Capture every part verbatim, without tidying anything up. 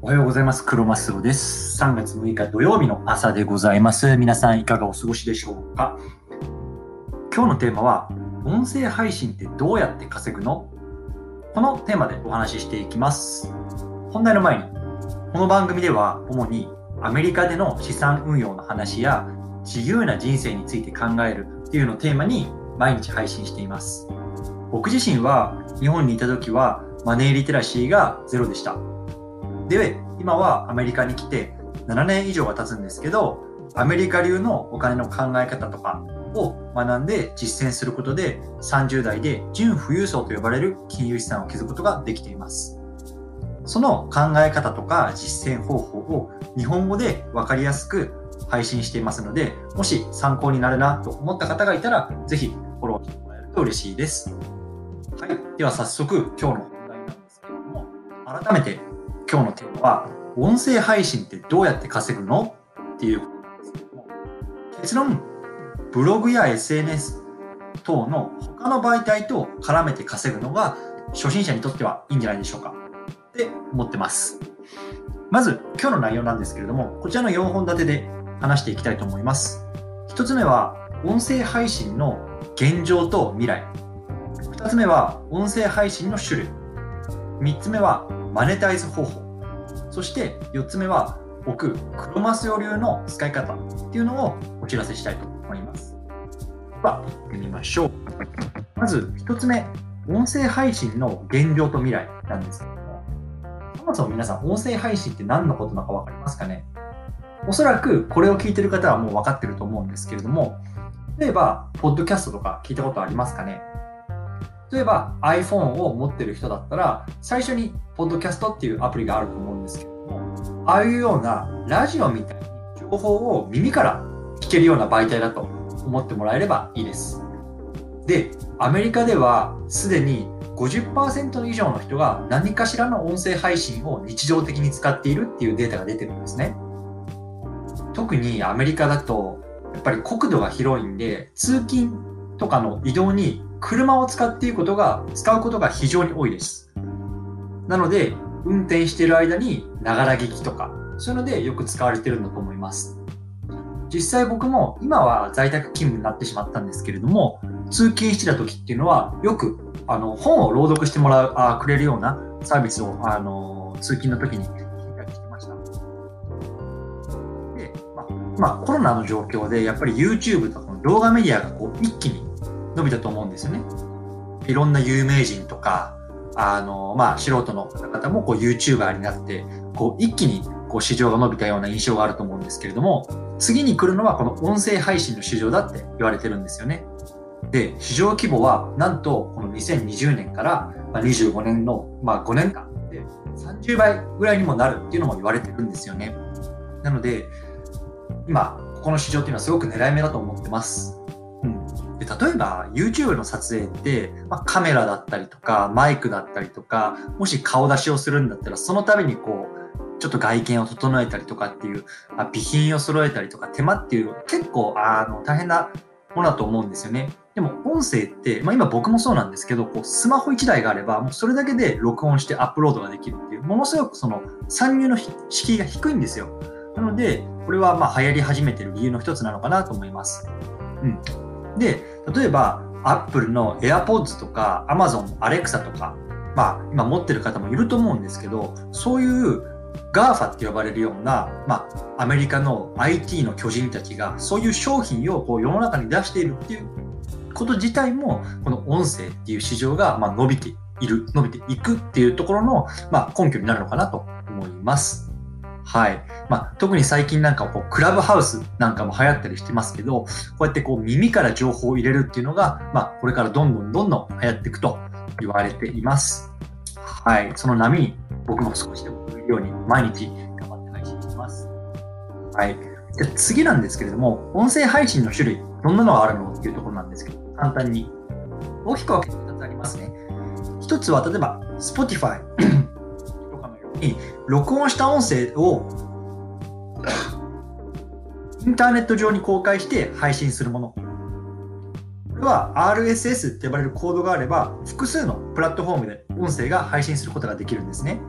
おはようございます。クロマスオです。さんがつむいか土曜日の朝でございます。皆さんいかがお過ごしでしょうか。今日のテーマは、音声配信ってどうやって稼ぐの？このテーマでお話ししていきます。本題の前に、この番組では主にアメリカでの資産運用の話や自由な人生について考えるっていうのをテーマに毎日配信しています。僕自身は日本にいた時はマネーリテラシーがゼロでした。で、今はアメリカに来てななねん以上が経つんですけど、アメリカ流のお金の考え方とかを学んで実践することでさんじゅうだいで純富裕層と呼ばれる金融資産を築くことができています。その考え方とか実践方法を日本語で分かりやすく配信していますので、もし参考になるなと思った方がいたらぜひフォローしてもらえると嬉しいです。はい、では早速今日の本題なんですけれども、改めて今日のテーマは、音声配信ってどうやって稼ぐのっていうことなんですけども、結論、ブログや エスエヌエス 等の他の媒体と絡めて稼ぐのが初心者にとってはいいんじゃないでしょうかって思ってます。まず今日の内容なんですけれども、こちらのよんほん立てで話していきたいと思います。ひとつめは音声配信の現状と未来。ふたつめは音声配信の種類。みっつめはマネタイズ方法。そしてよっつめは僕、クロマスオ流の使い方っていうのをお知らせしたいと思います。では、行ってみましょう。まずひとつめ、音声配信の現状と未来なんですけども、そもそも皆さん、音声配信って何のことなのか分かりますかね？おそらくこれを聞いている方はもう分かってると思うんですけれども、例えば、ポッドキャストとか聞いたことありますかね？例えば iPhone を持ってる人だったら最初にポッドキャストっていうアプリがあると思うんですけれども、ああいうようなラジオみたいに情報を耳から聞けるような媒体だと思ってもらえればいいです。で、アメリカではすでに ごじゅっパーセント 以上の人が何かしらの音声配信を日常的に使っているっていうデータが出てるんですね。特にアメリカだとやっぱり国土が広いんで、通勤とかの移動に車を使っていることが、使うことが非常に多いです。なので、運転している間にながら聞きとか、そういうのでよく使われているんだと思います。実際僕も今は在宅勤務になってしまったんですけれども、通勤してた時っていうのは、よくあの本を朗読してもらうあくれるようなサービスをあの通勤の時に聞いたりしてました。で、まあ、まあ、コロナの状況でやっぱり YouTube とかの動画メディアがこう一気に伸びたと思うんですよね。いろんな有名人とか、あの、まあ、素人の方々もこう YouTuber になって、こう一気にこう市場が伸びたような印象があると思うんですけれども、次に来るのはこの音声配信の市場だって言われてるんですよね。で、市場規模はなんとこのにせんにじゅうねんからにじゅうごねんの、まあ、ごねんかんでさんじゅうばいぐらいにもなるっていうのも言われてるんですよね。なので、今、この市場っていうのはすごく狙い目だと思ってます。うん、で例えば YouTube の撮影って、まあ、カメラだったりとかマイクだったりとか、もし顔出しをするんだったらそのためにこうちょっと外見を整えたりとかっていうあ備品を揃えたりとか手間っていう結構あの大変なものだと思うんですよね。でも音声って、まあ、今僕もそうなんですけど、こうスマホいちだいがあればもうそれだけで録音してアップロードができるっていう、ものすごくその参入の敷居が低いんですよ。なのでこれはまあ流行り始めている理由の一つなのかなと思います。うんで、例えば Apple の AirPods とか Amazon Alexa とか、まあ今持ってる方もいると思うんですけど、そういう ガーファ って呼ばれるような、まあアメリカの アイティー の巨人たちがそういう商品をこう世の中に出しているっていうこと自体も、この音声っていう市場がまあ伸びている、伸びていくっていうところのまあ根拠になるのかなと思います。はい。まあ、特に最近なんかこうクラブハウスなんかも流行ったりしてますけど、こうやってこう耳から情報を入れるっていうのが、まあ、これからどんどんどんどん流行っていくと言われています。はい。その波に僕も少しでも乗るように毎日頑張って配信してます。はい。で、次なんですけれども、音声配信の種類、どんなのがあるのっていうところなんですけど、簡単に大きく分けてふたつありますね。一つは例えば Spotify とかのように録音した音声をインターネット上に公開して配信するもの。これは アールエスエス って呼ばれるコードがあれば複数のプラットフォームで音声が配信することができるんですね。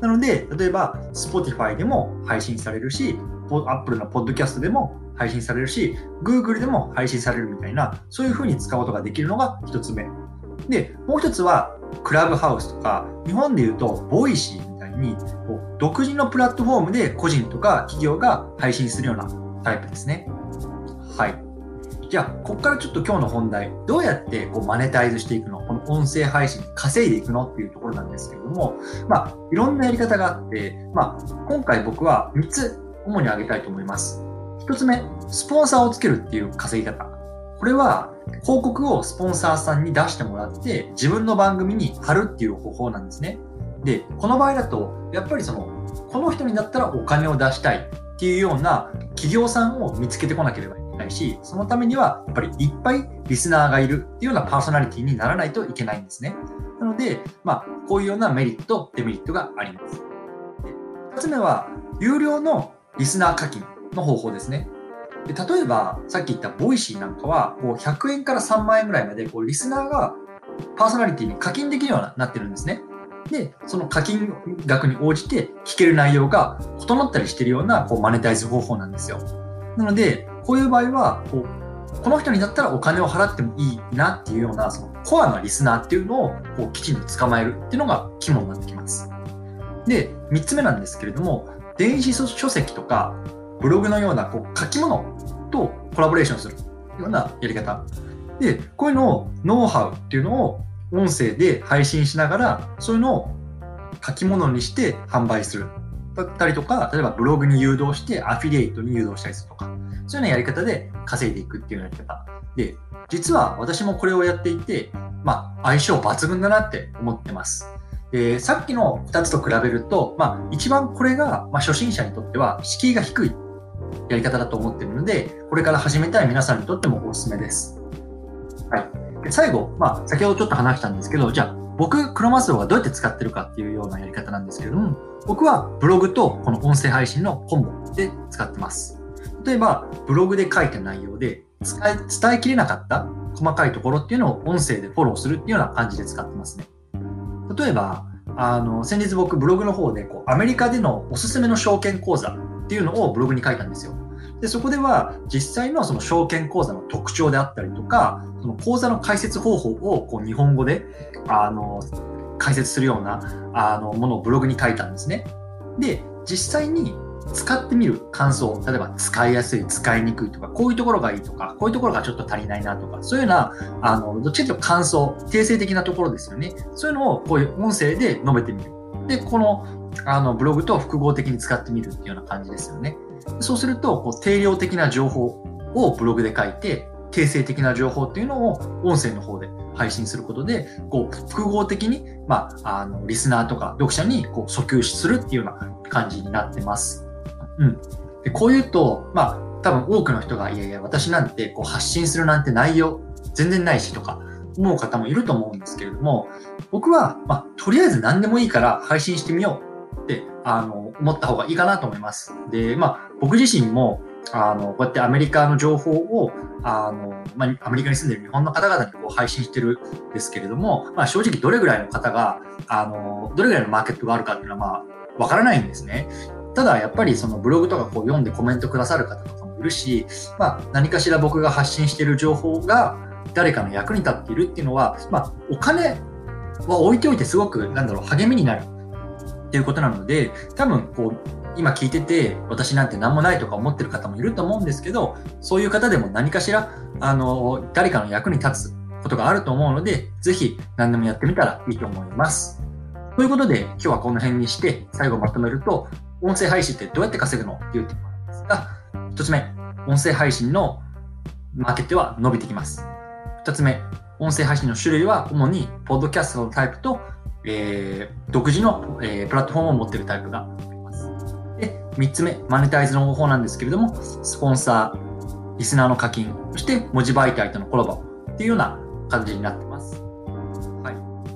なので、例えば Spotify でも配信されるし、Apple の Podcast でも配信されるし、Google でも配信されるみたいな、そういう風に使うことができるのが一つ目。で、もう一つは、クラブハウスとか、日本でいうと、ボイシーみたいに、こう独自のプラットフォームで個人とか企業が配信するようなタイプですね。はい。じゃあ、ここからちょっと今日の本題、どうやってこうマネタイズしていくの？この音声配信稼いでいくのっていうところなんですけれども、まあ、いろんなやり方があって、まあ、今回僕はみっつ主に挙げたいと思います。ひとつめ、スポンサーをつけるっていう稼ぎ方。これは、広告をスポンサーさんに出してもらって、自分の番組に貼るっていう方法なんですね。で、この場合だと、やっぱりその、この人にだったらお金を出したいっていうような企業さんを見つけてこなければいけないし、そのためには、やっぱりいっぱいリスナーがいるっていうようなパーソナリティにならないといけないんですね。なので、まあ、こういうようなメリット、デメリットがあります。で、ふたつめは、有料のリスナー課金の方法ですね。で、例えば、さっき言ったボイシーなんかは、こうひゃくえんからさんまんえんぐらいまで、こうリスナーがパーソナリティに課金できるようになってるんですね。で、その課金額に応じて聞ける内容が異なったりしているようなこうマネタイズ方法なんですよ。なので、こういう場合はこう、この人にだったらお金を払ってもいいなっていうようなそのコアなリスナーっていうのをこうきちんと捕まえるっていうのが肝になってきます。で、みっつめなんですけれども、電子書籍とかブログのようなこう書き物とコラボレーションするようなやり方。で、こういうのをノウハウっていうのを音声で配信しながら、そういうのを書き物にして販売する。だったりとか、例えばブログに誘導してアフィリエイトに誘導したりするとか、そういうようなやり方で稼いでいくっていうようなやり方。で、実は私もこれをやっていて、まあ相性抜群だなって思ってます。で、さっきのふたつと比べると、まあ一番これが、まあ、初心者にとっては敷居が低いやり方だと思っているので、これから始めたい皆さんにとってもおすすめです。はい。で、最後、まあ先ほどちょっと話したんですけど、じゃあ僕、クロマスオがどうやって使ってるかっていうようなやり方なんですけれども、僕はブログとこの音声配信のコンボで使ってます。例えば、ブログで書いた内容で伝え、伝えきれなかった細かいところっていうのを音声でフォローするっていうような感じで使ってますね。例えば、あの、先日僕ブログの方でこうアメリカでのおすすめの証券口座っていうのをブログに書いたんですよ。で、そこでは実際のその証券口座の特徴であったりとか、その口座の解説方法をこう日本語で、あの、解説するようなあのものをブログに書いたんですね。で、実際に使ってみる感想、例えば使いやすい、使いにくいとか、こういうところがいいとか、こういうところがちょっと足りないなとか、そういうような、あの、どっちかというと感想、定性的なところですよね。そういうのをこういう音声で述べてみる。で、この、あの、ブログと複合的に使ってみるっていうような感じですよね。そうすると、こう定量的な情報をブログで書いて、定性的な情報っていうのを音声の方で配信することで、こう、複合的に、まあ、あの、リスナーとか読者にこう訴求するっていうような感じになってます。うん。で、こう言うと、まあ、多分多くの人が、いやいや、私なんてこう発信するなんて内容全然ないしとか思う方もいると思うんですけれども、僕は、まあ、とりあえず何でもいいから配信してみようって、あの、思った方がいいかなと思います。で、まあ、僕自身も、あの、こうやってアメリカの情報を、あの、まあ、アメリカに住んでいる日本の方々にこう配信してるんですけれども、まあ、正直どれぐらいの方が、あの、どれぐらいのマーケットがあるかっていうのは、まあ、わからないんですね。ただ、やっぱりそのブログとかこう読んでコメントくださる方とかもいるし、まあ、何かしら僕が発信している情報が誰かの役に立っているっていうのは、まあ、お金は置いておいてすごく、なんだろう、励みになるっていうことなので、多分、こう、今聞いてて、私なんて何もないとか思ってる方もいると思うんですけど、そういう方でも何かしら、あの、誰かの役に立つことがあると思うので、ぜひ何でもやってみたらいいと思います。ということで、今日はこの辺にして、最後まとめると、音声配信ってどうやって稼ぐのっていうテーマなんですが、一つ目、音声配信のマーケットは伸びてきます。二つ目、音声配信の種類は主に、ポッドキャストのタイプと、えー、独自の、えー、プラットフォームを持っているタイプがあります。で、三つ目、マネタイズの方法なんですけれども、スポンサー、リスナーの課金、そして文字媒体とのコラボっていうような感じになっています。はい。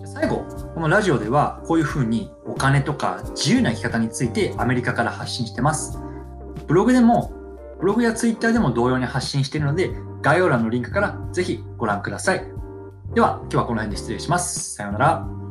最後、このラジオではこういうふうにお金とか自由な生き方についてアメリカから発信してます。ブログでも、ブログやツイッターでも同様に発信しているので、概要欄のリンクからぜひご覧ください。では、今日はこの辺で失礼します。さようなら。